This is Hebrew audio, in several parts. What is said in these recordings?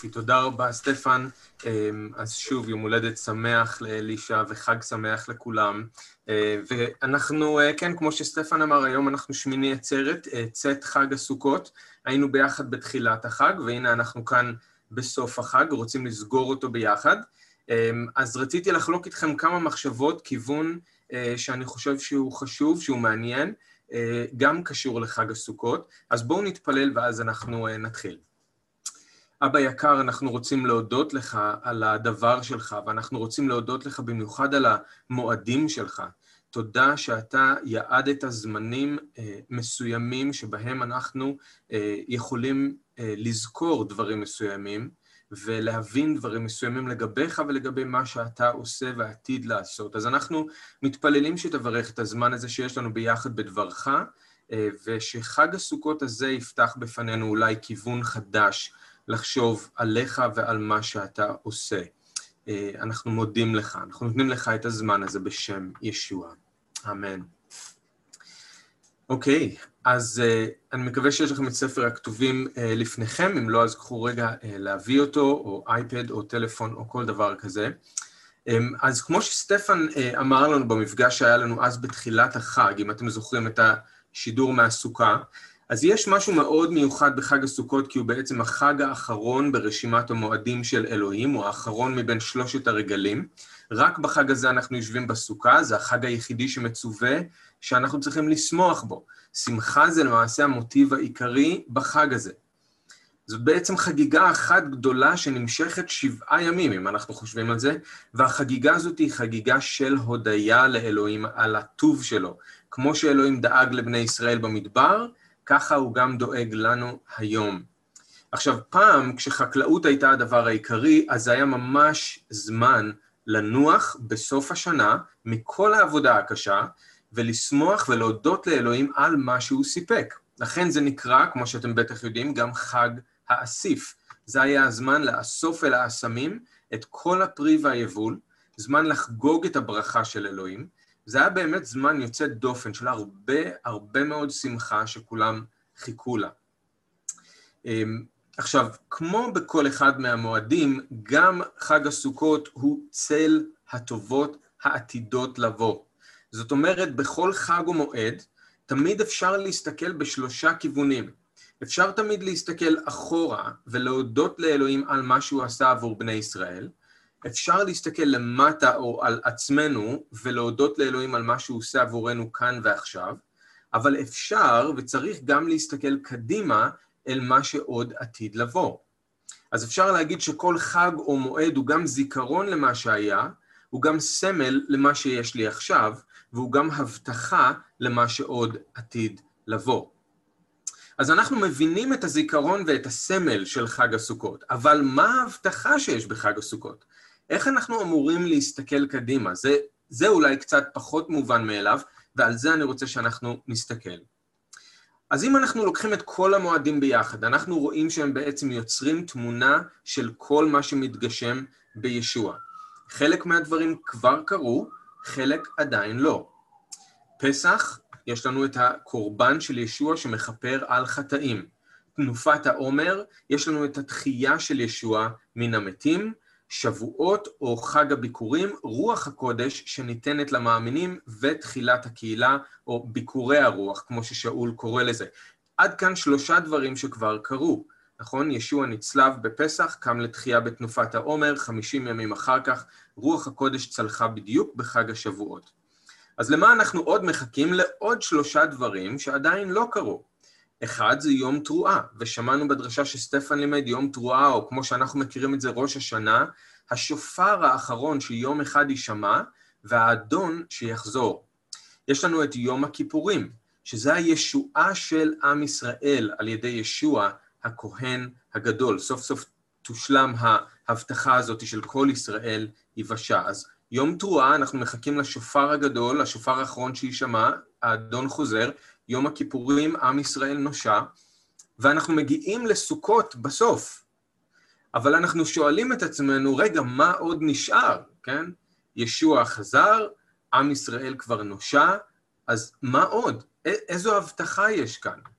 תודה רבה, סטפן. אז שוב, יום הולדת שמח לאלישה וחג שמח לכולם. ואנחנו, כן, כמו שסטפן אמר, היום אנחנו שמיני עצרת, צאת חג הסוכות. היינו ביחד בתחילת החג, והנה אנחנו כאן בסוף החג, רוצים לסגור אותו ביחד. אז רציתי לחלוק איתכם כמה מחשבות, כיוון שאני חושב שהוא חשוב, שהוא מעניין, גם קשור לחג הסוכות. אז בואו נתפלל ואז אנחנו נתחיל. אבא יקר, אנחנו רוצים להודות לך על הדבר שלך, ואנחנו רוצים להודות לך במיוחד על המועדים שלך. תודה שאתה יעדת זמנים מסוימים שבהם אנחנו יכולים לזכור דברים מסוימים, ולהבין דברים מסוימים לגביך ולגבי מה שאתה עושה ועתיד לעשות. אז אנחנו מתפללים שתברך את הזמן הזה שיש לנו ביחד בדברך, ושחג הסוכות הזה יפתח בפנינו אולי כיוון חדש, לחשוב עליך ועל מה שאתה עושה. אנחנו מודים לך, אנחנו נותנים לך את הזמן הזה בשם ישוע. אמן. אוקיי, אז אני מקווה שיש לכם את ספר הכתובים לפניכם, אם לא אז קחו רגע להביא אותו, או אייפד, או טלפון, או כל דבר כזה. אז כמו שסטפן אמר לנו במפגש שהיה לנו אז בתחילת החג, אם אתם זוכרים את השידור מהסוכה, אז יש משהו מאוד מיוחד בחג הסוכות, כי הוא בעצם החג האחרון ברשימת המועדים של אלוהים, הוא האחרון מבין שלושת הרגלים. רק בחג הזה אנחנו יושבים בסוכה, זה החג היחידי שמצווה, שאנחנו צריכים לשמוח בו. שמחה זה למעשה המוטיב העיקרי בחג הזה. זו בעצם חגיגה אחת גדולה שנמשכת 7 ימים, אם אנחנו חושבים על זה, והחגיגה הזאת היא חגיגה של הודיה לאלוהים על הטוב שלו. כמו שאלוהים דאג לבני ישראל במדבר, ככה הוא גם דואג לנו היום. עכשיו, פעם, כשחקלאות הייתה הדבר העיקרי, אז היה ממש זמן לנוח בסוף השנה מכל העבודה הקשה, ולשמוח ולהודות לאלוהים על מה שהוא סיפק. לכן זה נקרא, כמו שאתם בטח יודעים, גם חג האסיף. זה היה הזמן לאסוף אל האסמים את כל הפרי והיבול, זמן לחגוג את הברכה של אלוהים, זה היה באמת זמן יוצא דופן של הרבה מאוד שמחה שכולם חיכו לה. עכשיו, כמו בכל אחד מהמועדים, גם חג הסוכות הוא צל הטובות העתידות לבוא. זאת אומרת, בכל חג ומועד, תמיד אפשר להסתכל ב3 כיוונים. אפשר תמיד להסתכל אחורה ולהודות לאלוהים על מה שהוא עשה עבור בני ישראל, אפשר להסתכל למטה או על עצמנו ולהודות לאלוהים על מה שהוא עושה עבורנו כאן ועכשיו, אבל אפשר וצריך גם להסתכל קדימה אל מה שעוד עתיד לבוא. אז אפשר להגיד שכל חג או מועד הוא גם זיכרון למה שהיה, הוא גם סמל למה שיש לי עכשיו, והוא גם הבטחה למה שעוד עתיד לבוא. אז אנחנו מבינים את הזיכרון ואת הסמל של חג הסוכות, אבל מה ההבטחה שיש בחג הסוכות? איך אנחנו אמורים להסתכל קדימה? זה אולי קצת פחות מובן מאליו, ועל זה אני רוצה שאנחנו נסתכל. אז אם אנחנו לוקחים את כל המועדים ביחד, אנחנו רואים שהם בעצם יוצרים תמונה של כל מה שמתגשם בישוע. חלק מהדברים כבר קרו, חלק עדיין לא. פסח, יש לנו את הקורבן של ישוע שמכפר על חטאים. תנופת העומר, יש לנו את התחייה של ישוע מן המתים, שבועות או חג הביקורים, רוח הקודש שניתנת למאמינים ותחילת הקהילה או ביקורי הרוח, כמו ששאול קורא לזה. עד כאן 3 דברים שכבר קרו, נכון? ישוע נצלב בפסח, קם לתחייה בתנופת העומר, 50 ימים אחר כך, רוח הקודש צלחה בדיוק בחג השבועות. אז למה אנחנו עוד מחכים? לעוד 3 דברים שעדיין לא קרו. אחד זה יום תרועה, ושמענו בדרשה שסטפן לימד יום תרועה, או כמו שאנחנו מכירים את זה ראש השנה, השופר האחרון שיום אחד יישמע, והאדון שיחזור. יש לנו את יום הכיפורים, שזה הישועה של עם ישראל על ידי ישוע הכהן הגדול. סוף סוף תושלם ההבטחה הזאת של כל ישראל יבשע. אז יום תרועה אנחנו מחכים לשופר הגדול, השופר האחרון שישמע, האדון חוזר, יום הכיפורים, עם ישראל נושע, ואנחנו מגיעים לסוכות בסוף. אבל אנחנו שואלים את עצמנו, רגע, מה עוד נשאר? כן? ישוע חזר, עם ישראל כבר נושע, אז מה עוד? איזו הבטחה יש כאן?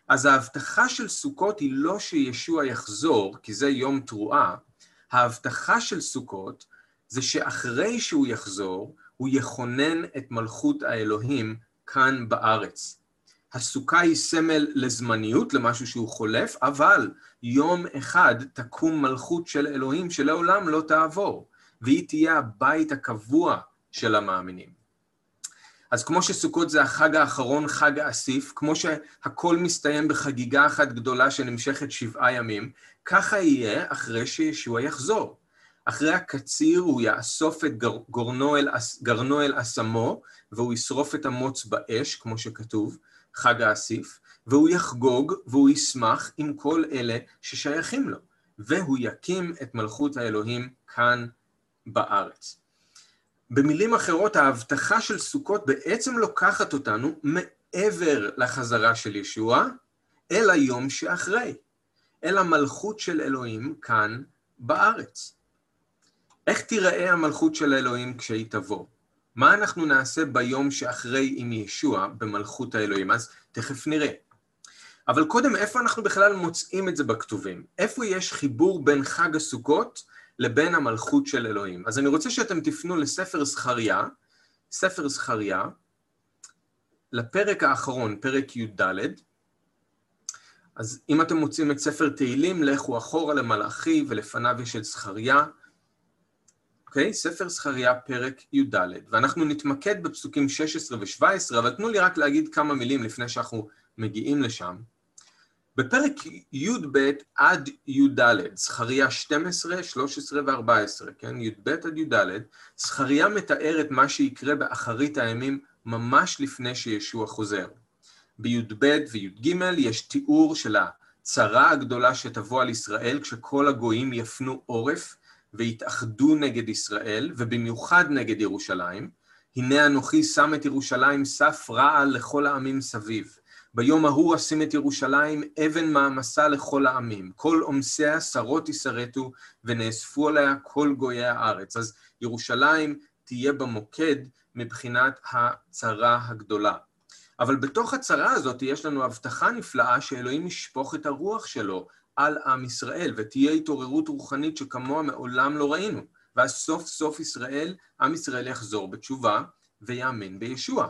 אז ההבטחה של סוכות היא לא שישוע יחזור, כי זה יום תרועה. ההבטחה של סוכות זה שאחרי שהוא יחזור, הוא יכונן את מלכות האלוהים כאן בארץ. הסוכה היא סמל לזמניות, למשהו שהוא חולף, אבל יום אחד תקום מלכות של אלוהים שלעולם לא תעבור, והיא תהיה הבית הקבוע של המאמינים. אז כמו שסוכות זה החג האחרון, חג האסיף, כמו שהכל מסתיים בחגיגה אחת גדולה שנמשכת 7 ימים, ככה יהיה אחרי שישוע יחזור. אחרי הקציר הוא יאסוף את גרנו אל אסמו, והוא ישרוף את המוץ באש, כמו שכתוב, חג האסיף, והוא יחגוג והוא ישמח עם כל אלה ששייכים לו, והוא יקים את מלכות האלוהים כאן בארץ. במילים אחרות, ההבטחה של סוכות בעצם לוקחת אותנו מעבר לחזרה של ישוע, אל היום שאחרי, אל המלכות של אלוהים כאן בארץ. איך תיראה המלכות של אלוהים כשהיא תבוא? מה אנחנו נעשה ביום שאחרי עם ישוע במלכות האלוהים? אז תכף נראה. אבל קודם, איפה אנחנו בכלל מוצאים את זה בכתובים? איפה יש חיבור בין חג הסוכות לבין המלכות של אלוהים? אז אני רוצה שאתם תפנו לספר זכריה, ספר זכריה, לפרק האחרון, פרק י"ד. אז אם אתם מוצאים את ספר תהילים, לכו אחורה למלאכי ולפניו יש את זכריה. אוקיי? ספר זכריה, פרק י"ד. ואנחנו נתמקד בפסוקים 16 ו-17, אבל תנו לי רק להגיד כמה מילים לפני שאנחנו מגיעים לשם. בפרק י"ב עד י"ד, זכריה 12, 13 ו-14, כן? י"ב עד י"ד, זכריה מתאר את מה שיקרה באחרית הימים ממש לפני שישוע חוזר. בי"ב וי"ג יש תיאור של הצרה הגדולה שתבוא על ישראל כשכל הגויים יפנו עורף והתאחדו נגד ישראל, ובמיוחד נגד ירושלים. הנה אנוכי שם את ירושלים סף רעל לכל העמים סביב. ביום ההוא אשים את ירושלים אבן מעמסה לכל העמים. כל עומסיה שרות ישרתו ונאספו עליה כל גויי הארץ. אז ירושלים תהיה במוקד מבחינת הצרה הגדולה. אבל בתוך הצרה הזאת יש לנו הבטחה נפלאה שאלוהים ישפוך את הרוח שלו על עם ישראל, ותהיה התעוררות רוחנית שכמוה מעולם לא ראינו. ואז סוף סוף עם ישראל יחזור בתשובה ויאמין בישוע.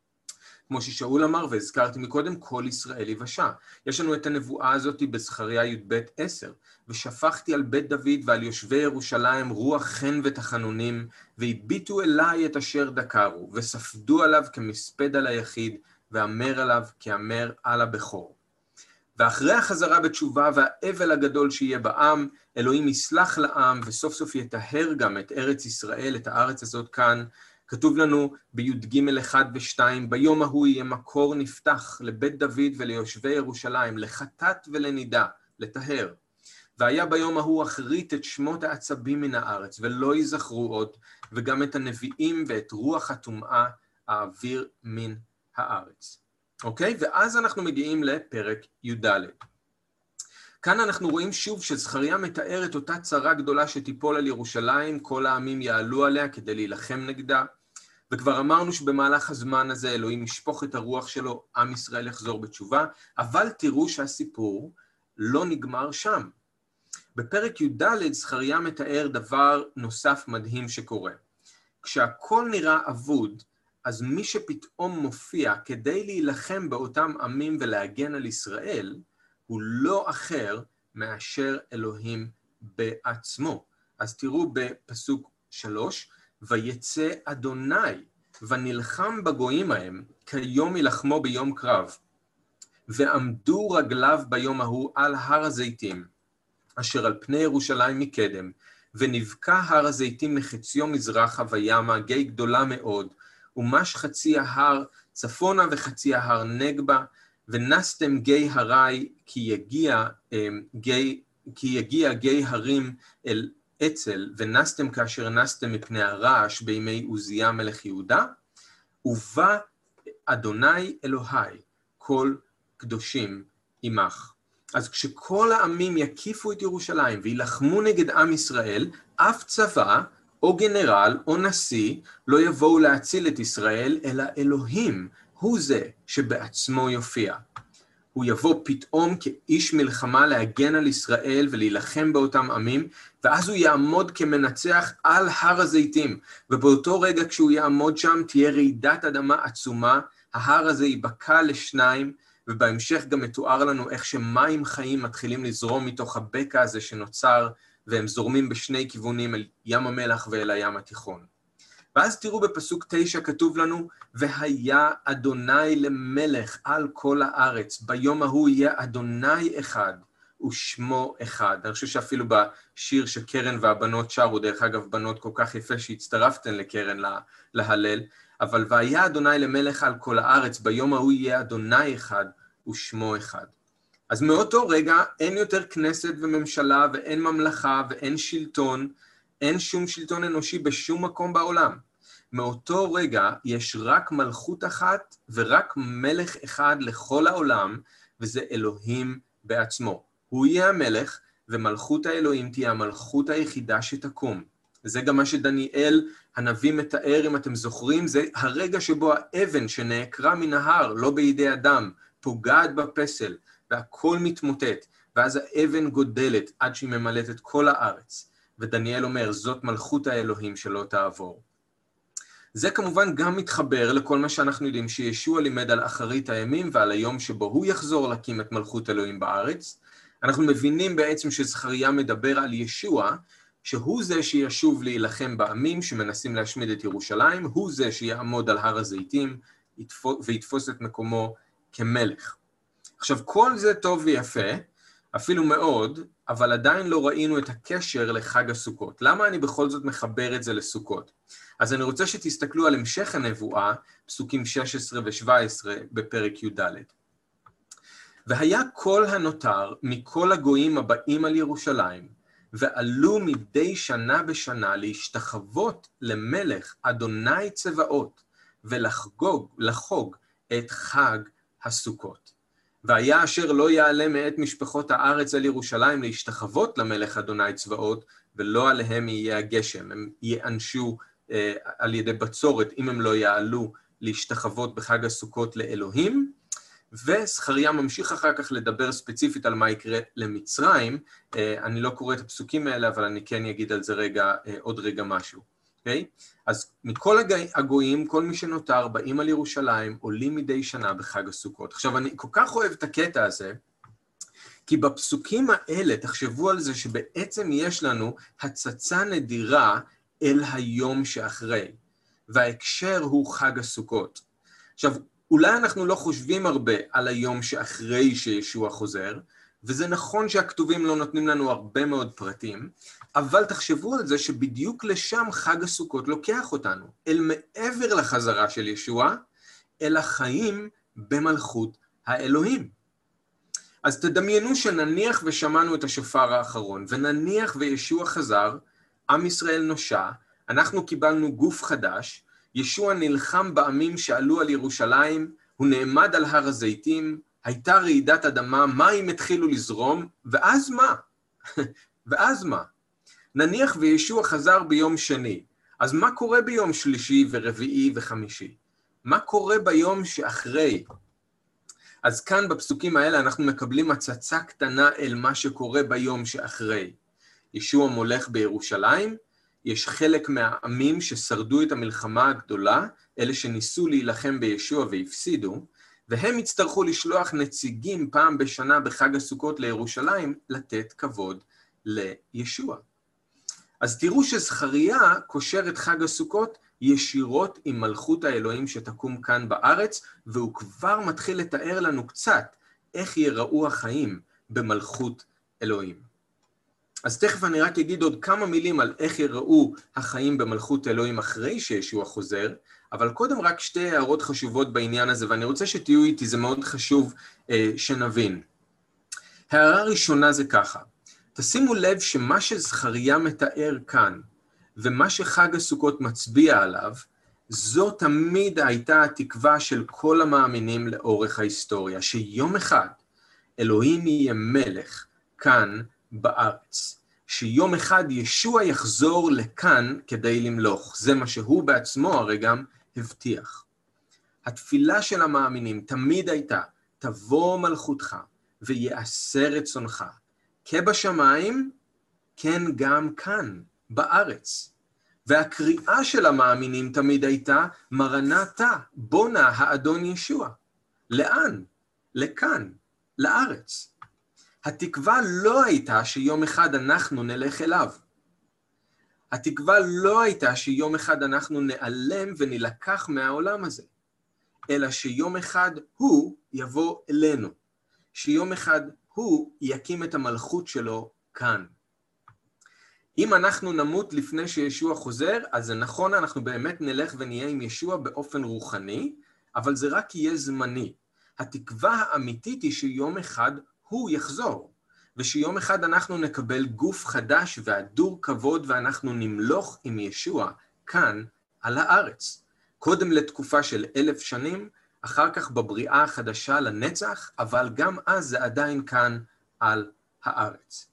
כמו ששאול אמר, והזכרתי מקודם, כל ישראל יבשע. יש לנו את הנבואה הזאת בזכריה י"ב 10. ושפכתי על בית דוד ועל יושבי ירושלים רוח חן ותחנונים, והביטו אליי את אשר דקרו, וספדו עליו כמספד על היחיד, ואמר עליו כאמר על הבכור. ואחרי החזרה בתשובה והאבל הגדול שיהיה בעם, אלוהים יסלח לעם, וסוף סוף יטהר גם את ארץ ישראל, את הארץ הזאת כאן. כתוב לנו בי"ג 1 ו-2, ביום ההוא יהיה מקור נפתח לבית דוד וליושבי ירושלים, לחטאת ולנידה, לטהר. והיה ביום ההוא אחרית את שמות העצבים מן הארץ, ולא יזכרו עוד, וגם את הנביאים ואת רוח הטומאה האוויר מן הארץ. אוקיי? ואז אנחנו מגיעים לפרק י"ד. כאן אנחנו רואים שוב שזכריה מתאר את אותה צרה גדולה שתיפול על ירושלים, כל העמים יעלו עליה כדי להילחם נגדה, וכבר אמרנו שבמהלך הזמן הזה אלוהים ישפוך את הרוח שלו, עם ישראל יחזור בתשובה, אבל תראו שהסיפור לא נגמר שם. בפרק י"ד זכריה מתאר דבר נוסף מדהים שקורה. כשהכל נראה אבוד, אז מי שפתאום מופיע כדי להילחם באותם עמים ולהגן על ישראל, הוא לא אחר מאשר אלוהים בעצמו. אז תראו בפסוק 3, ויצא אדוני ונלחם בגויים ההם, כיום ילחמו ביום קרב, ועמדו רגליו ביום ההוא על הר הזיתים, אשר על פני ירושלים מקדם, ונבקע הר הזיתים מחציו מזרחה וימה, גיא גדולה מאוד, ומש חצי ההר צפונה וחצי ההר נגבה, ונסתם גיא הרי כי יגיע גיא הרים אל אצל, ונסתם כאשר נסתם מפני הרעש בימי עוזיה מלך יהודה, ובא אדוני אלוהי כל קדושים עמך. אז כשכל העמים יקיפו את ירושלים וילחמו נגד עם ישראל, אף צבא או גנרל או נשיא לא יבואו להציל את ישראל, אלא אלוהים הוא זה שבעצמו יופיע. הוא יבוא פתאום כאיש מלחמה להגן על ישראל ולהילחם באותם עמים, ואז הוא יעמוד כמנצח על הר הזיתים, ובאותו רגע כשהוא יעמוד שם תהיה רעידת אדמה עצומה, ההר הזה ייבקע לשניים, ובהמשך גם מתואר לנו איך שמים חיים מתחילים לזרום מתוך הבקע הזה שנוצר, והם זורמים בשני כיוונים אל ים המלח ואל הים התיכון. ואז תראו בפסוק 9 כתוב לנו, והיה אדוני למלך על כל הארץ, ביום ההוא יהיה אדוני אחד ושמו אחד. אני חושב שאפילו בשיר שקרן והבנות שרו, דרך אגב בנות כל כך יפה שהצטרפתן לקרן להלל, אבל והיה אדוני למלך על כל הארץ, ביום ההוא יהיה אדוני אחד ושמו אחד. אז מאותו רגע אין יותר כנסת וממשלה ואין ממלכה ואין שלטון, אין שום שלטון אנושי בשום מקום בעולם. מאותו רגע יש רק מלכות אחת ורק מלך אחד לכל העולם, וזה אלוהים בעצמו. הוא יהיה המלך, ומלכות האלוהים תהיה המלכות היחידה שתקום. וזה גם מה שדניאל הנביא מתאר, אם אתם זוכרים, זה הרגע שבו האבן שנעקרה מן ההר, לא בידי אדם, פוגעת בפסל, והכל מתמוטט, ואז האבן גודלת עד שהיא ממלאת את כל הארץ. ודניאל אומר, זאת מלכות האלוהים שלא תעבור. זה כמובן גם מתחבר לכל מה שאנחנו יודעים שישוע לימד על אחרית הימים ועל היום שבו הוא יחזור להקים את מלכות אלוהים בארץ. אנחנו מבינים בעצם שזכריה מדבר על ישוע, שהוא זה שישוב להילחם בעמים שמנסים להשמיד את ירושלים, הוא זה שיעמוד על הר הזיתים ויתפוס את מקומו כמלך. עכשיו כל זה טוב ויפה, אפילו מאוד, אבל עדיין לא ראינו את הקשר לחג הסוכות. למה אני בכל זאת מחבר את זה לסוכות? אז אני רוצה שתסתכלו על המשך הנבואה, פסוקים 16 ו-17 בפרק י"ד. והיה כל הנותר מכל הגויים הבאים על ירושלים, ועלו מדי שנה בשנה להשתחוות למלך אדוני צבאות, ולחוג את חג הסוכות. והיה אשר לא יעלה מאת משפחות הארץ על ירושלים להשתחוות למלך אדוני צבאות, ולא עליהם יהיה הגשם, הם יענשו על ידי בצורת, אם הם לא יעלו להשתחוות בחג הסוכות לאלוהים, וזכריה ממשיך אחר כך לדבר ספציפית על מה יקרה למצרים. אני לא קורא את הפסוקים האלה, אבל אני כן אגיד על זה עוד רגע משהו. Okay? אז מכל הגויים, כל מי שנותר באים על ירושלים, עולים מדי שנה בחג הסוכות. עכשיו, אני כל כך אוהב את הקטע הזה, כי בפסוקים האלה, תחשבו על זה שבעצם יש לנו הצצה נדירה אל היום שאחרי, וההקשר הוא חג הסוכות. עכשיו, אולי אנחנו לא חושבים הרבה על היום שאחרי שישוע חוזר, וזה נכון שהכתובים לא נותנים לנו הרבה מאוד פרטים, אבל תחשבו על זה שבדיוק לשם חג הסוכות לוקח אותנו, אל מעבר לחזרה של ישוע, אל החיים במלכות האלוהים. אז תדמיינו שנניח ושמענו את השופר האחרון, ונניח וישוע חזר, עם ישראל נושע, אנחנו קיבלנו גוף חדש, ישוע נלחם בעמים שעלו על ירושלים, הוא נעמד על הר הזיתים, הייתה רעידת אדמה, מים התחילו לזרום, ואז מה? ואז מה? נניח וישוע חזר ביום שני, אז מה קורה ביום שלישי ורביעי וחמישי? מה קורה ביום שאחרי? אז כאן בפסוקים האלה אנחנו מקבלים הצצה קטנה אל מה שקורה ביום שאחרי. ישוע מולך בירושלים, יש חלק מהעמים ששרדו את המלחמה הגדולה, אלה שניסו להילחם בישוע והפסידו, והם יצטרכו לשלוח נציגים פעם בשנה בחג הסוכות לירושלים, לתת כבוד לישוע. אז תראו שזכריה קושר את חג הסוכות ישירות עם מלכות האלוהים שתקום כאן בארץ, והוא כבר מתחיל לתאר לנו קצת איך יראו החיים במלכות אלוהים. אז תכף אני רק אגיד עוד כמה מילים על איך יראו החיים במלכות אלוהים אחרי שישוע חוזר, אבל קודם רק שתי הערות חשובות בעניין הזה, ואני רוצה שתהיו איתי, זה מאוד חשוב שנבין. הערה ראשונה זה ככה, תשימו לב שמה שזכריה מתאר כאן, ומה שחג הסוכות מצביע עליו, זו תמיד הייתה התקווה של כל המאמינים לאורך ההיסטוריה, שיום אחד אלוהים יהיה מלך כאן בארץ, שיום אחד ישוע יחזור לכאן כדי למלוך. זה מה שהוא בעצמו הרי גם הבטיח. התפילה של המאמינים תמיד הייתה תבוא מלכותך ויעשה רצונך, כבשמיים, כן גם כאן, בארץ. והקריאה של המאמינים תמיד הייתה, מרנתה, בונה האדון ישוע. לאן? לכאן, לארץ. התקווה לא הייתה שיום אחד אנחנו נלך אליו. התקווה לא הייתה שיום אחד אנחנו נעלם ונלקח מהעולם הזה, אלא שיום אחד הוא יבוא אלינו, שיום אחד הוא יקים את המלכות שלו כאן. אם אנחנו נמות לפני שישוע חוזר, אז זה נכון, אנחנו באמת נלך ונהיה עם ישוע באופן רוחני, אבל זה רק יהיה זמני. התקווה האמיתית היא שיום אחד הוא יחזור, ושיום אחד אנחנו נקבל גוף חדש והדור כבוד, ואנחנו נמלוך עם ישוע כאן על הארץ. קודם לתקופה של 1000 שנים, אחר כך בבריאה החדשה לנצח, אבל גם אז זה עדיין כאן על הארץ.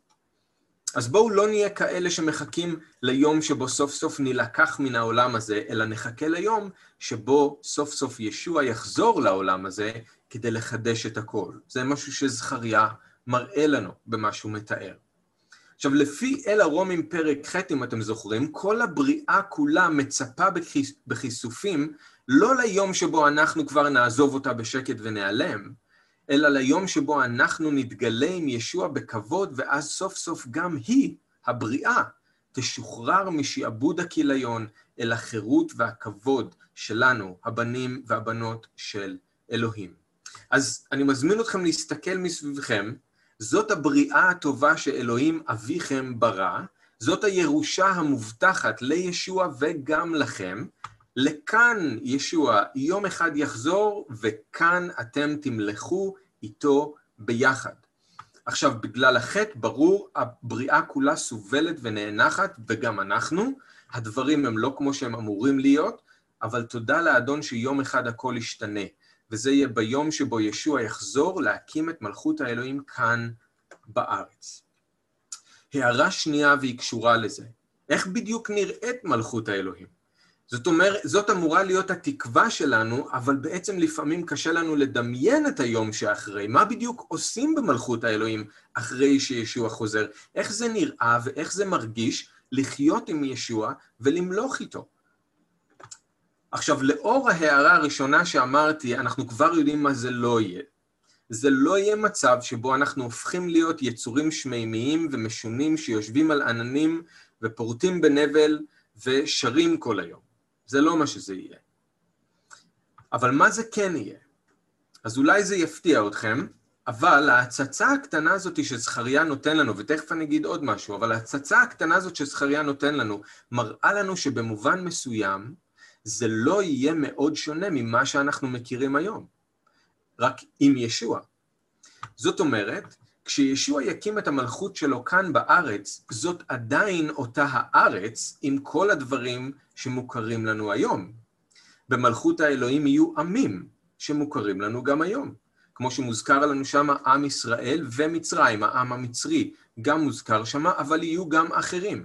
אז בואו לא נהיה כאלה שמחכים ליום שבו סוף סוף נלקח מן העולם הזה, אלא נחכה ליום שבו סוף סוף ישוע יחזור לעולם הזה כדי לחדש את הכל. זה משהו שזכריה מראה לנו במה שהוא מתאר. עכשיו, לפי אל הרומים פרק ח', אם אתם זוכרים, כל הבריאה כולה מצפה בכיסופים, לא ליום שבו אנחנו כבר נעזוב אותה בשקט ונעלם, אלא ליום שבו אנחנו נתגלה עם ישוע בכבוד, ואז סוף סוף גם היא, הבריאה, תשוחרר משעבוד הכיליון אל החירות והכבוד שלנו, הבנים והבנות של אלוהים. אז אני מזמין אתכם להסתכל מסביבכם, זאת הבריאה הטובה שאלוהים אביכם ברא, זאת הירושה המובטחת לישוע וגם לכם, לכאן ישוע יום אחד יחזור, וכאן אתם תמלכו איתו ביחד. עכשיו, בגלל החטא, ברור, הבריאה כולה סובלת ונאנחת, וגם אנחנו, הדברים הם לא כמו שהם אמורים להיות, אבל תודה לאדון שיום אחד הכל ישתנה, וזה יהיה ביום שבו ישוע יחזור להקים את מלכות האלוהים כאן בארץ. הערה שנייה והיא קשורה לזה. איך בדיוק נראית מלכות האלוהים? זאת אומרת, זאת אמורה להיות התקווה שלנו, אבל בעצם לפעמים קשה לנו לדמיין את היום שאחרי. מה בדיוק עושים במלכות האלוהים אחרי שישוע חוזר? איך זה נראה ואיך זה מרגיש לחיות עם ישוע ולמלוך איתו? עכשיו, לאור ההערה הראשונה שאמרתי, אנחנו כבר יודעים מה זה לא יהיה. זה לא יהיה מצב שבו אנחנו הופכים להיות יצורים שמימיים ומשונים שיושבים על עננים ופורטים בנבל ושרים כל היום. זה לא מה שזה יהיה. אבל מה זה כן יהיה? אז אולי זה יפתיע אתכם, אבל ההצצה הקטנה הזאת שזכריה נותן לנו, ותכף אני אגיד עוד משהו, אבל ההצצה הקטנה הזאת שזכריה נותן לנו, מראה לנו שבמובן מסוים, זה לא יהיה מאוד שונה ממה שאנחנו מכירים היום, רק עם ישוע. זאת אומרת, כשישוע יקים את המלכות שלו כאן בארץ, זאת עדיין אותה הארץ עם כל הדברים שמוכרים לנו היום. במלכות האלוהים יהיו עמים שמוכרים לנו גם היום. כמו שמוזכר לנו שם עם ישראל ומצרים, העם המצרי גם מוזכר שם, אבל יהיו גם אחרים.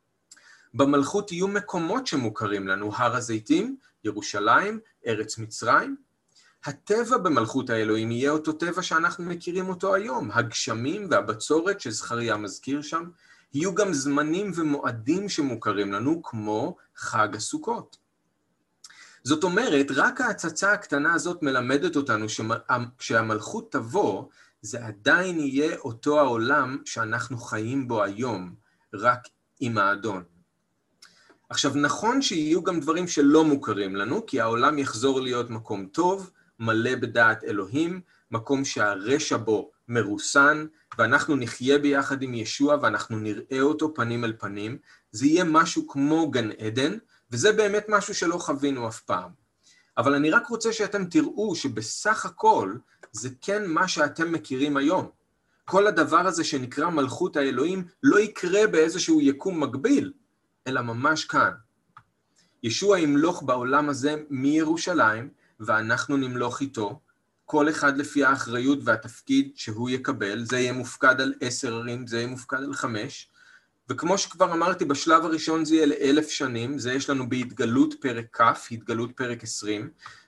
במלכות יהיו מקומות שמוכרים לנו, הר הזיתים, ירושלים, ארץ מצרים. הטבע במלכות האלוהים יהיה אותו טבע שאנחנו מכירים אותו היום, הגשמים והבצורת שזכריה מזכיר שם, יהיו גם זמנים ומועדים שמוכרים לנו כמו חג הסוכות. זאת אומרת, רק ההצצה הקטנה הזאת מלמדת אותנו כשהמלכות תבוא, זה עדיין יהיה אותו העולם שאנחנו חיים בו היום, רק עם האדון. עכשיו, נכון שיהיו גם דברים שלא מוכרים לנו, כי העולם יחזור להיות מקום טוב, מלא בדעת אלוהים, מקום שהרשע בו מרוסן, ואנחנו נחיה ביחד עם ישוע, ואנחנו נראה אותו פנים אל פנים. זה יהיה משהו כמו גן עדן, וזה באמת משהו שלא חווינו אף פעם. אבל אני רק רוצה שאתם תראו שבסך הכל, זה כן מה שאתם מכירים היום. כל הדבר הזה שנקרא מלכות האלוהים, לא יקרה באיזשהו יקום מקביל, אלא ממש כאן. ישוע ימלוך בעולם הזה מירושלים, ואנחנו נמלוך איתו, כל אחד לפי האחריות והתפקיד שהוא יקבל, זה יהיה מופקד על 10 ערים, זה יהיה מופקד על 5, וכמו שכבר אמרתי, בשלב הראשון זה יהיה ל1000 שנים, זה יש לנו בהתגלות פרק כ', התגלות פרק 20,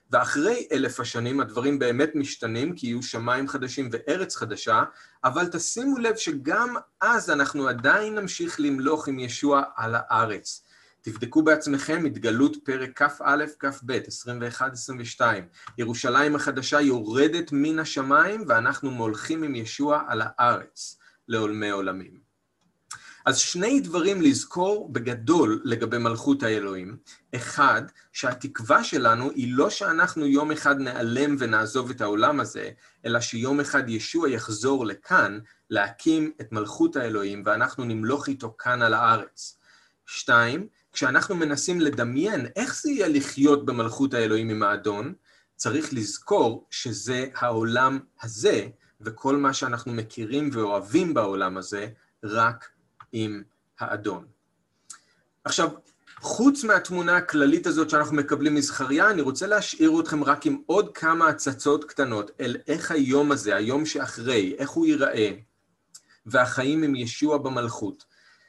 ואחרי 1000 השנים הדברים באמת משתנים, כי יהיו שמיים חדשים וארץ חדשה, אבל תשימו לב שגם אז אנחנו עדיין נמשיך למלוך עם ישוע על הארץ. תבדקו בעצמכם, התגלות פרק כ"א, כ"ב, 21-22. ירושלים החדשה יורדת מן השמיים, ואנחנו מולכים עם ישוע על הארץ, לעולמי עולמים. אז שני דברים לזכור בגדול לגבי מלכות האלוהים. אחד, שהתקווה שלנו היא לא שאנחנו יום אחד נעלם ונעזוב את העולם הזה, אלא שיום אחד ישוע יחזור לכאן, להקים את מלכות האלוהים, ואנחנו נמלוך איתו כאן על הארץ. 2, כשאנחנו מנסים לדמיין איך זה יהיה לחיות במלכות האלוהים עם האדון, צריך לזכור שזה העולם הזה, וכל מה שאנחנו מכירים ואוהבים בעולם הזה, רק עם האדון. עכשיו, חוץ מהתמונה הכללית הזאת שאנחנו מקבלים מזכריה, אני רוצה להשאיר אתכם רק עם עוד כמה הצצות קטנות, אל איך היום הזה, היום שאחרי, איך הוא ייראה, והחיים עם ישוע במלכות.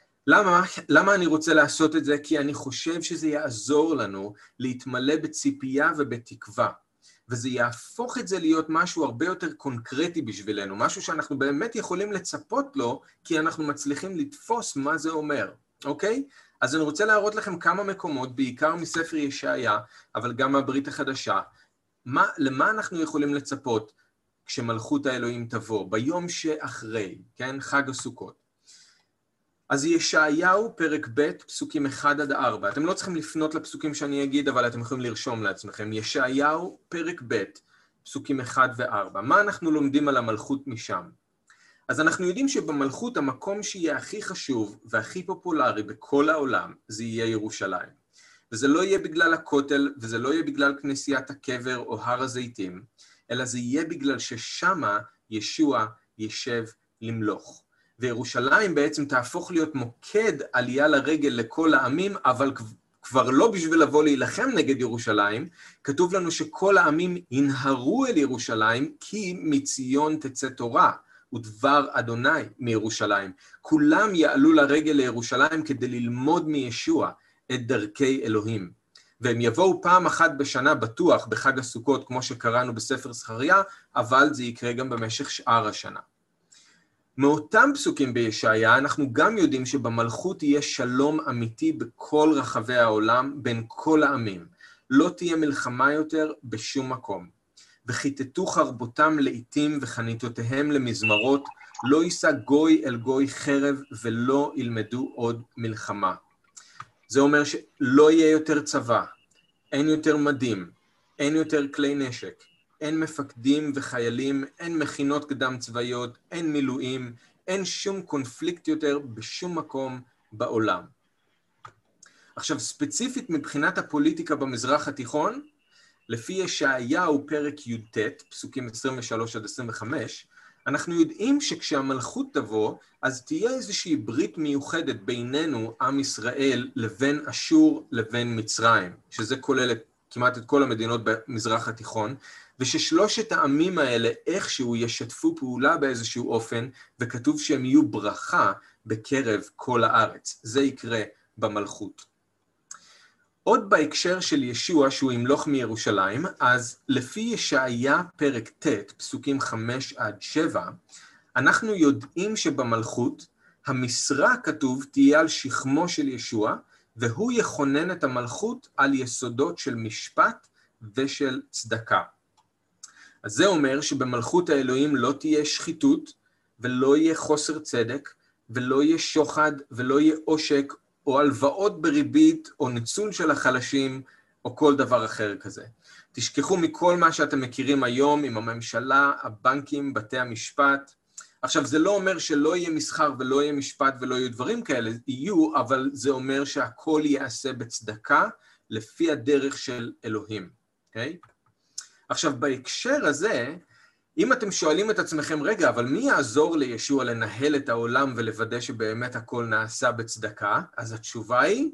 למה אני רוצה לעשות את זה? כי אני חושב שזה יעזור לנו להתמלא בציפייה ובתקווה, וזה יהפוך את זה להיות משהו הרבה יותר קונקרטי בשבילנו, משהו שאנחנו באמת יכולים לצפות לו, כי אנחנו מצליחים לתפוס מה זה אומר, אוקיי? אז אני רוצה להראות לכם כמה מקומות, בעיקר מספר ישעיה, אבל גם מהברית החדשה, למה אנחנו יכולים לצפות כשמלכות האלוהים תבוא, ביום שאחרי, כן? חג הסוכות. אז ישעיהו פרק ב' פסוקים 1-4, אתם לא צריכים לפנות לפסוקים שאני אגיד, אבל אתם יכולים לרשום לעצמכם. ישעיהו פרק ב' פסוקים 1 ו-4, מה אנחנו לומדים על המלכות משם? אז אנחנו יודעים שבמלכות המקום שיהיה הכי חשוב והכי פופולרי בכל העולם, זה יהיה ירושלים. וזה לא יהיה בגלל הכותל, וזה לא יהיה בגלל כנסיית הקבר או הר הזיתים, אלא זה יהיה בגלל ששמה ישוע ישב למלוך. וירושלים בעצם תהפוך להיות מוקד עלייה לרגל לכל העמים, אבל כבר לא בשביל לבוא להילחם נגד ירושלים, כתוב לנו שכל העמים ינהרו אל ירושלים, כי מציון תצא תורה, ודבר אדוני מירושלים. כולם יעלו לרגל לירושלים כדי ללמוד מישוע את דרכי אלוהים. והם יבואו פעם אחת בשנה בטוח בחג הסוכות, כמו שקראנו בספר זכריה, אבל זה יקרה גם במשך שאר השנה. מאותם פסוקים בישעיה, אנחנו גם יודעים שבמלכות יהיה שלום אמיתי בכל רחבי העולם, בין כל העמים. לא תהיה מלחמה יותר בשום מקום. וכיתתו חרבותם לעתים וחניתותיהם למזמרות, לא יישא גוי אל גוי חרב ולא ילמדו עוד מלחמה. זה אומר שלא יהיה יותר צבא, אין יותר מדים, אין יותר כלי נשק. אין מפקדים וחיילים, אין מכינות קדם צבאיות, אין מילואים, אין שום קונפליקט יותר בשום מקום בעולם. עכשיו, ספציפית מבחינת הפוליטיקה במזרח התיכון, לפי ישעיהו פרק י"ט, פסוקים 23-25, אנחנו יודעים שכשהמלכות תבוא, אז תהיה איזושהי ברית מיוחדת בינינו, עם ישראל, לבין אשור לבין מצרים, שזה כולל כמעט את כל המדינות במזרח התיכון, וששלושת העמים האלה איכשהו ישתפו פעולה באיזשהו אופן, וכתוב שהם יהיו ברכה בקרב כל הארץ. זה יקרה במלכות. עוד בהקשר של ישוע שהוא ימלוך מירושלים, אז לפי ישעיה פרק ט', פסוקים 5-7, אנחנו יודעים שבמלכות המשרה כתוב תהיה על שכמו של ישוע, והוא יכונן את המלכות על יסודות של משפט ושל צדקה. אז זה אומר שבמלכות האלוהים לא תהיה שחיתות, ולא יהיה חוסר צדק, ולא יהיה שוחד, ולא יהיה עושק, או הלוואות בריבית, או ניצול של החלשים, או כל דבר אחר כזה. תשכחו מכל מה שאתם מכירים היום עם הממשלה, הבנקים, בתי המשפט. עכשיו, זה לא אומר שלא יהיה מסחר ולא יהיה משפט ולא יהיו דברים כאלה, יהיו, אבל זה אומר שהכל ייעשה בצדקה, לפי הדרך של אלוהים. אוקיי? עכשיו, בהקשר הזה, אם אתם שואלים את עצמכם, רגע, אבל מי יעזור לישוע לנהל את העולם ולוודא שבאמת הכל נעשה בצדקה? אז התשובה היא,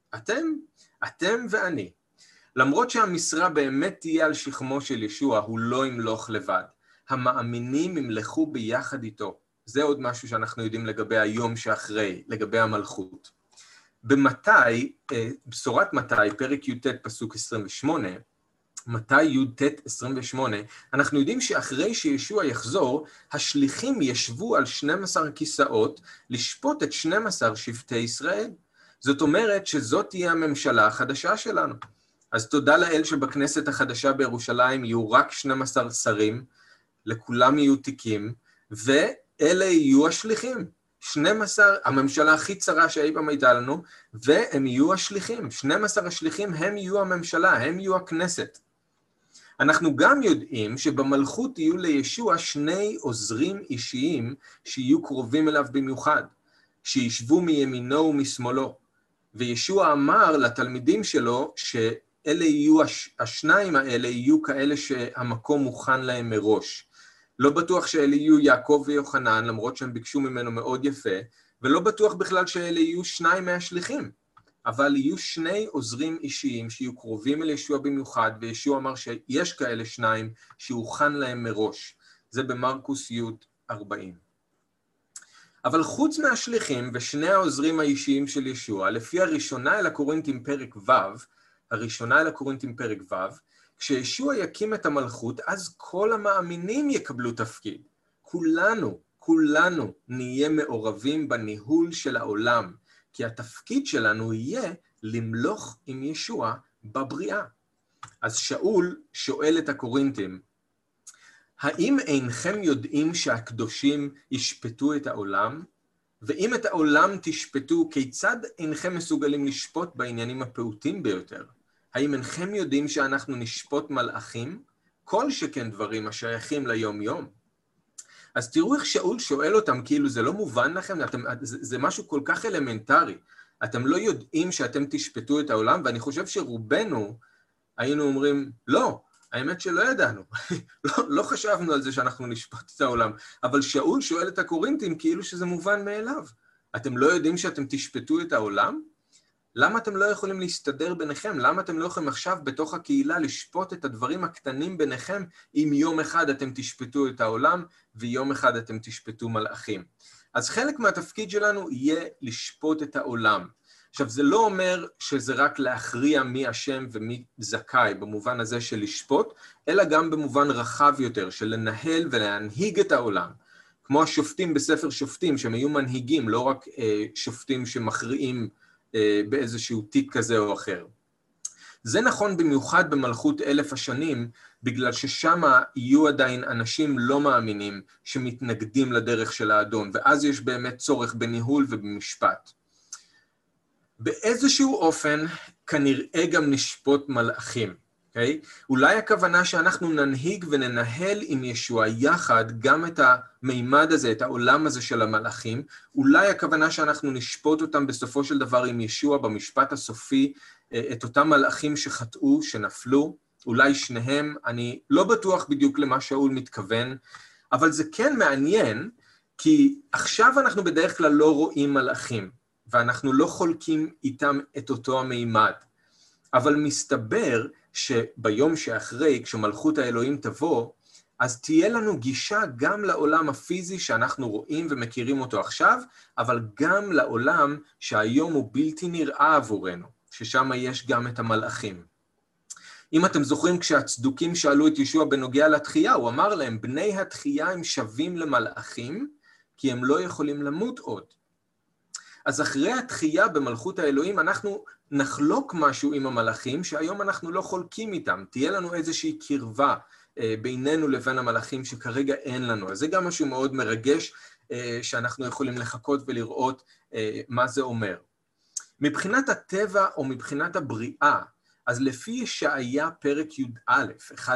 אתם ואני. למרות שהמשרה באמת תהיה על שכמו של ישוע, הוא לא ימלוך לבד. המאמינים ימלכו ביחד איתו. זה עוד משהו שאנחנו יודעים לגבי היום שאחרי, לגבי המלכות. במתי, בשורת מתי, פרק י"ט פסוק 28, מתי י"ט 28, אנחנו יודעים שאחרי שישוע יחזור, השליחים ישבו על 12 כיסאות לשפוט את 12 שבטי ישראל. זאת אומרת שזאת תהיה הממשלה החדשה שלנו. אז תודה לאל שבכנסת החדשה בירושלים יהיו רק 12 שרים, לכולם יהיו תיקים, ואלה יהיו השליחים. 12, הממשלה הכי צרה שאי פעם הייתה לנו, והם יהיו השליחים. 12 השליחים הם יהיו הממשלה, הם יהיו הכנסת. אנחנו גם יודעים שבמלכות יהיו לישוע 2 עוזרים אישיים שיהיו קרובים אליו במיוחד, שישבו מימינו ומשמאלו. וישוע אמר לתלמידים שלו שאלה יהיו, השניים האלה יהיו כאלה שהמקום מוכן להם מראש. לא בטוח שאלה יהיו יעקב ויוחנן, למרות שהם ביקשו ממנו מאוד יפה, ולא בטוח בכלל שאלה יהיו 2 מהשליחים. אבל יהיו 2 עוזרים אישיים שיהיו קרובים אל ישוע במיוחד, וישוע אמר שיש כאלה 2 שהוכן להם מראש. זה במרקוס י' 40. אבל חוץ מהשליחים ו2 העוזרים האישיים של ישוע, לפי הראשונה אל הקורינתים פרק ו', כשישוע יקים את המלכות, אז כל המאמינים יקבלו תפקיד. כולנו נהיה מעורבים בניהול של העולם, כי התפקיד שלנו יהיה למלוך עם ישוע בבריאה. אז שאול שואל את הקורינתים, האם אינכם יודעים שהקדושים ישפטו את העולם? ואם את העולם תשפטו, כיצד אינכם מסוגלים לשפוט בעניינים הפעוטים ביותר? האם אינכם יודעים שאנחנו נשפוט מלאכים? כל שכן דברים השייכים ליום יום. אז תראו איך שאול שואל אותם, כאילו זה לא מובן לכם, זה משהו כל כך אלמנטרי. אתם לא יודעים שאתם תשפטו את העולם, ואני חושב שרובנו היינו אומרים, לא, האמת שלא ידענו. לא חשבנו על זה שאנחנו נשפוט את העולם. אבל שאול שואל את הקורינתים כאילו שזה מובן מאליו. אתם לא יודעים שאתם תשפטו את העולם? למה אתם לא יכולים להסתדר ביניכם? למה אתם לא יכולים עכשיו בתוך הקהילה לשפוט את הדברים הקטנים ביניכם, אם יום אחד אתם תשפטו את העולם, ויום אחד אתם תשפטו מלאכים? אז חלק מהתפקיד שלנו יהיה לשפוט את העולם. עכשיו, זה לא אומר שזה רק להכריע מי אשם ומי זכאי, במובן הזה של לשפוט, אלא גם במובן רחב יותר, של לנהל ולהנהיג את העולם. כמו השופטים בספר שופטים, שהם היו מנהיגים, לא רק שופטים שמכריעים באיזשהו תיק כזה או אחר. זה נכון במיוחד במלכות 1000 השנים, בגלל ששם יהיו עדיין אנשים לא מאמינים שמתנגדים לדרך של האדון, ואז יש באמת צורך בניהול ובמשפט. באיזשהו אופן כנראה גם נשפוט מלאכים, אוקיי? אולי הכוונה שאנחנו ננהיג וננהל עם ישוע יחד גם את המימד הזה, את העולם הזה של המלאכים, אולי הכוונה שאנחנו נשפוט אותם בסופו של דבר עם ישוע במשפט הסופי, את אותם מלאכים שחטאו, שנפלו, אולי שניהם, אני לא בטוח בדיוק למה שאול מתכוון, אבל זה כן מעניין, כי עכשיו אנחנו בדרך כלל לא רואים מלאכים, ואנחנו לא חולקים איתם את אותו המימד. אבל מסתבר שביום שאחרי, כשמלכות האלוהים תבוא, אז תהיה לנו גישה גם לעולם הפיזי שאנחנו רואים ומכירים אותו עכשיו, אבל גם לעולם שהיום הוא בלתי נראה עבורנו, ששם יש גם את המלאכים. אם אתם זוכרים, כשהצדוקים שאלו את ישוע בנוגע לתחייה, הוא אמר להם, בני התחייה הם שווים למלאכים, כי הם לא יכולים למות עוד. אז אחרי התחייה במלכות האלוהים, אנחנו נחלוק משהו עם המלאכים, שהיום אנחנו לא חולקים איתם. תהיה לנו איזושהי קרבה בינינו לבין המלאכים שכרגע אין לנו. אז זה גם משהו מאוד מרגש, שאנחנו יכולים לחכות ולראות מה זה אומר. מבחינת הטבע או מבחינת הבריאה, אז לפי ישעיה פרק י"א, 1-9,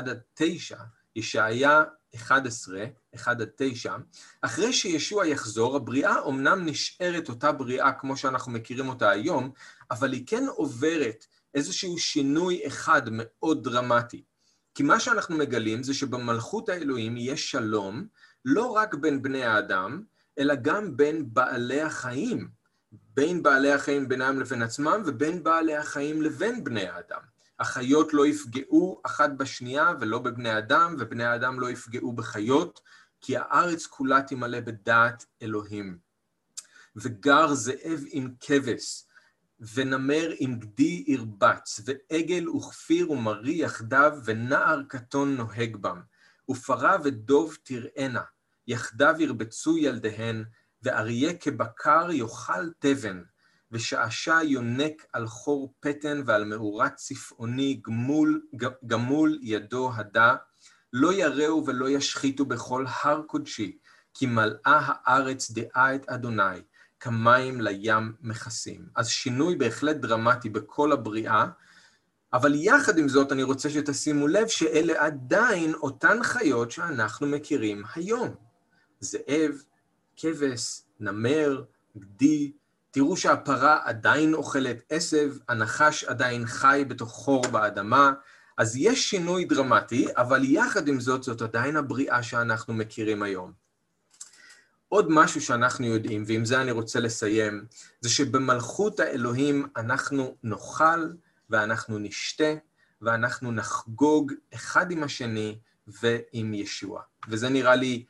ישעיה 11, 1-9, אחרי שישוע יחזור, הבריאה אומנם נשארת אותה בריאה כמו שאנחנו מכירים אותה היום, אבל היא כן עוברת איזשהו שינוי אחד מאוד דרמטי. כי מה שאנחנו מגלים זה שבמלכות האלוהים יש שלום, לא רק בין בני האדם, אלא גם בין בעלי החיים, בין בעלי החיים בינם לבין עצמם, ובין בעלי החיים לבין בני האדם. החיות לא יפגעו אחת בשנייה ולא בבני אדם, ובני האדם לא יפגעו בחיות, כי הארץ כולה תמלא בדעת אלוהים. וגר זאב עם כבש, ונמר עם גדי ירבץ, ועגל וכפיר ומרי יחדיו, ונער קטון נוהג בם. ופרה ודוב תראינה, יחדיו ירבצו ילדיהן, ואריה כבקר יאכל תבן, ושעשע יונק על חור פתן ועל מאורת צפעוני גמול ידו הדה, לא יראו ולא ישחיתו בכל הר קודשי, כי מלאה הארץ דעה את אדוני, כמים לים מכסים. אז שינוי בהחלט דרמטי בכל הבריאה, אבל יחד עם זאת אני רוצה שתשימו לב שאלה עדיין אותן חיות שאנחנו מכירים היום. זאב, כבש, נמר, גדי, תראו שהפרה עדיין אוכלת עשב, הנחש עדיין חי בתוך חור באדמה, אז יש שינוי דרמטי, אבל יחד עם זאת עדיין הבריאה שאנחנו מכירים היום. עוד משהו שאנחנו יודעים, ועם זה אני רוצה לסיים, זה שבמלכות האלוהים אנחנו נאכל ואנחנו נשתה ואנחנו נחגוג אחד עם השני ועם ישוע. וזה נראה לי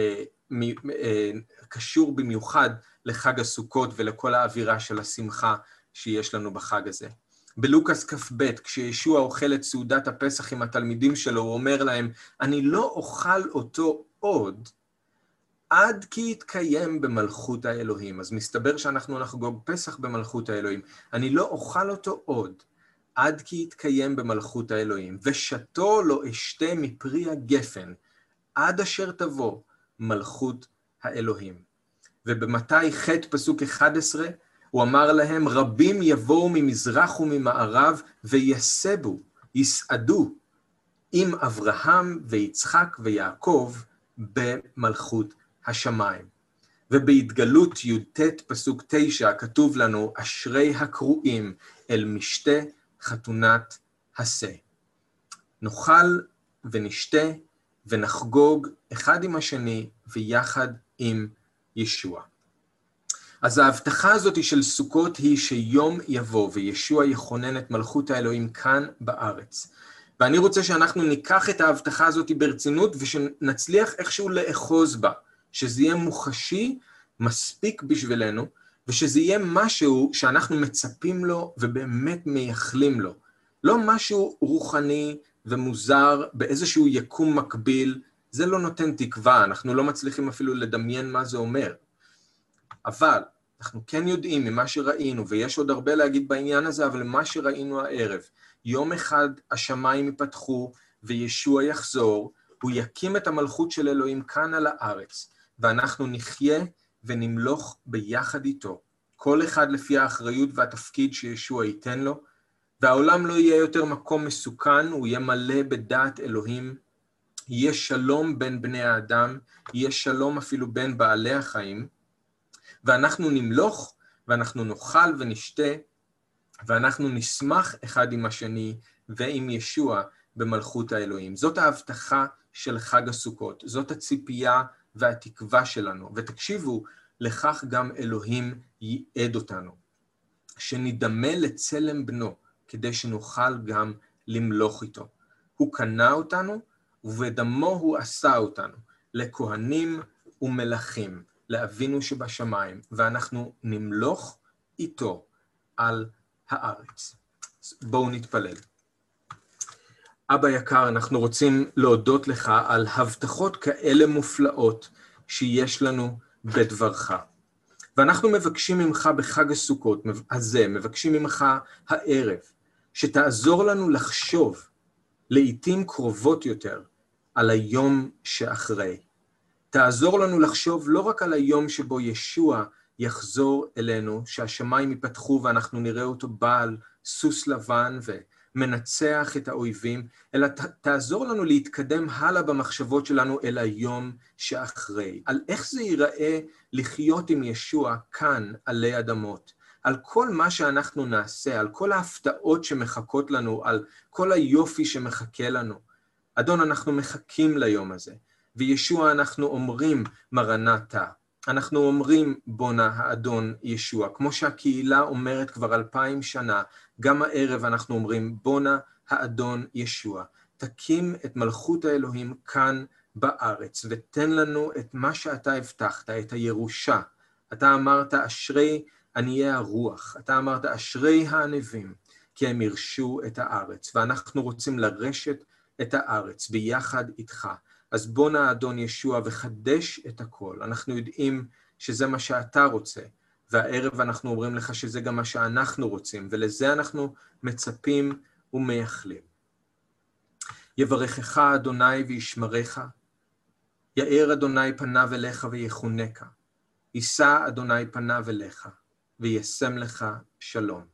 קשור במיוחד לחג הסוכות ולכל האווירה של השמחה שיש לנו בחג הזה. בלוקס כ"ב, כשישוע אוכל את סעודת הפסח עם התלמידים שלו, הוא אומר להם, אני לא אוכל אותו עוד, עד כי יתקיים במלכות האלוהים. אז מסתבר שאנחנו נחגוג פסח במלכות האלוהים. אני לא אוכל אותו עוד, עד כי יתקיים במלכות האלוהים. ושתו לא אשתה מפרי הגפן, עד אשר תבוא מלכות האלוהים. ובמתי ח' פסוק 11, הוא אמר להם, רבים יבואו ממזרח וממערב ויסבו, יסעדו עם אברהם ויצחק ויעקב במלכות השמיים. ובהתגלות י"ט פסוק 9 כתוב לנו, אשרי הקרואים אל משתה חתונת השא. נאכל ונשתה ונחגוג אחד עם השני ויחד עם ישוע. אז ההבטחה הזאת של סוכות היא שיום יבוא וישוע יכונן את מלכות האלוהים כאן בארץ. ואני רוצה שאנחנו ניקח את ההבטחה הזאת ברצינות ושנצליח איכשהו לאחוז בה, שזה יהיה מוחשי מספיק בשבילנו, ושזה יהיה משהו שאנחנו מצפים לו ובאמת מייחלים לו. לא משהו רוחני ומוזר באיזשהו יקום מקביל, זה לא נותן תקווה, אנחנו לא מצליחים אפילו לדמיין מה זה אומר. אבל אנחנו כן יודעים ממה שראינו, ויש עוד הרבה להגיד בעניין הזה, אבל מה שראינו הערב, יום אחד השמיים ייפתחו וישוע יחזור, הוא יקים את המלכות של אלוהים כאן על הארץ, ואנחנו נחיה ונמלוך ביחד איתו, כל אחד לפי האחריות והתפקיד שישוע ייתן לו, והעולם לא יהיה יותר מקום מסוכן, הוא יהיה מלא בדעת אלוהים, יהיה שלום בין בני האדם, יהיה שלום אפילו בין בעלי החיים, ואנחנו נמלוך, ואנחנו נאכל ונשתה, ואנחנו נשמח אחד עם השני ועם ישוע במלכות האלוהים. זאת ההבטחה של חג הסוכות, זאת הציפייה והתקווה שלנו, ותקשיבו, לכך גם אלוהים ייעד אותנו, שנדמה לצלם בנו, כדי שנוכל גם למלוך איתו. הוא קנה אותנו, ובדמו הוא עשה אותנו, לכהנים ומלכים, לאבינו שבשמיים, ואנחנו נמלוך איתו על הארץ. בואו נתפלל. אבא יקר, אנחנו רוצים להודות לך על הבטחות כאלה מופלאות שיש לנו בדברך. ואנחנו מבקשים ממך בחג הסוכות הזה, מבקשים ממך הערב, שתעזור לנו לחשוב לעתים קרובות יותר על היום שאחרי. תעזור לנו לחשוב לא רק על היום שבו ישוע יחזור אלינו, שהשמיים ייפתחו ואנחנו נראה אותו בעל סוס לבן ומנצח את האויבים, אלא תעזור לנו להתקדם הלאה במחשבות שלנו אל היום שאחרי, על איך זה ייראה לחיות עם ישוע כאן עלי אדמות, על כל מה שאנחנו נעשה, על כל ההפתעות שמחכות לנו, על כל היופי שמחכה לנו. אדון, אנחנו מחכים ליום הזה, וישוע אנחנו אומרים מרנתה, אנחנו אומרים בונה האדון ישוע, כמו שהקהילה אומרת כבר 2000 שנה, גם הערב אנחנו אומרים בונה האדון ישוע, תקים את מלכות האלוהים כאן בארץ, ותן לנו את מה שאתה הבטחת, את הירושה. אתה אמרת אשרי עניי הרוח. אתה אמרת, אשרי הענבים, כי הם ירשו את הארץ, ואנחנו רוצים לרשת את הארץ ביחד איתך. אז בוא נא אדון ישוע וחדש את הכל. אנחנו יודעים שזה מה שאתה רוצה, והערב אנחנו אומרים לך שזה גם מה שאנחנו רוצים, ולזה אנחנו מצפים ומייחלים. יברכך אדוני וישמרך, יאר אדוני פניו אליך ויחונקה, יישא אדוני פניו אליך, וישם לך שלום.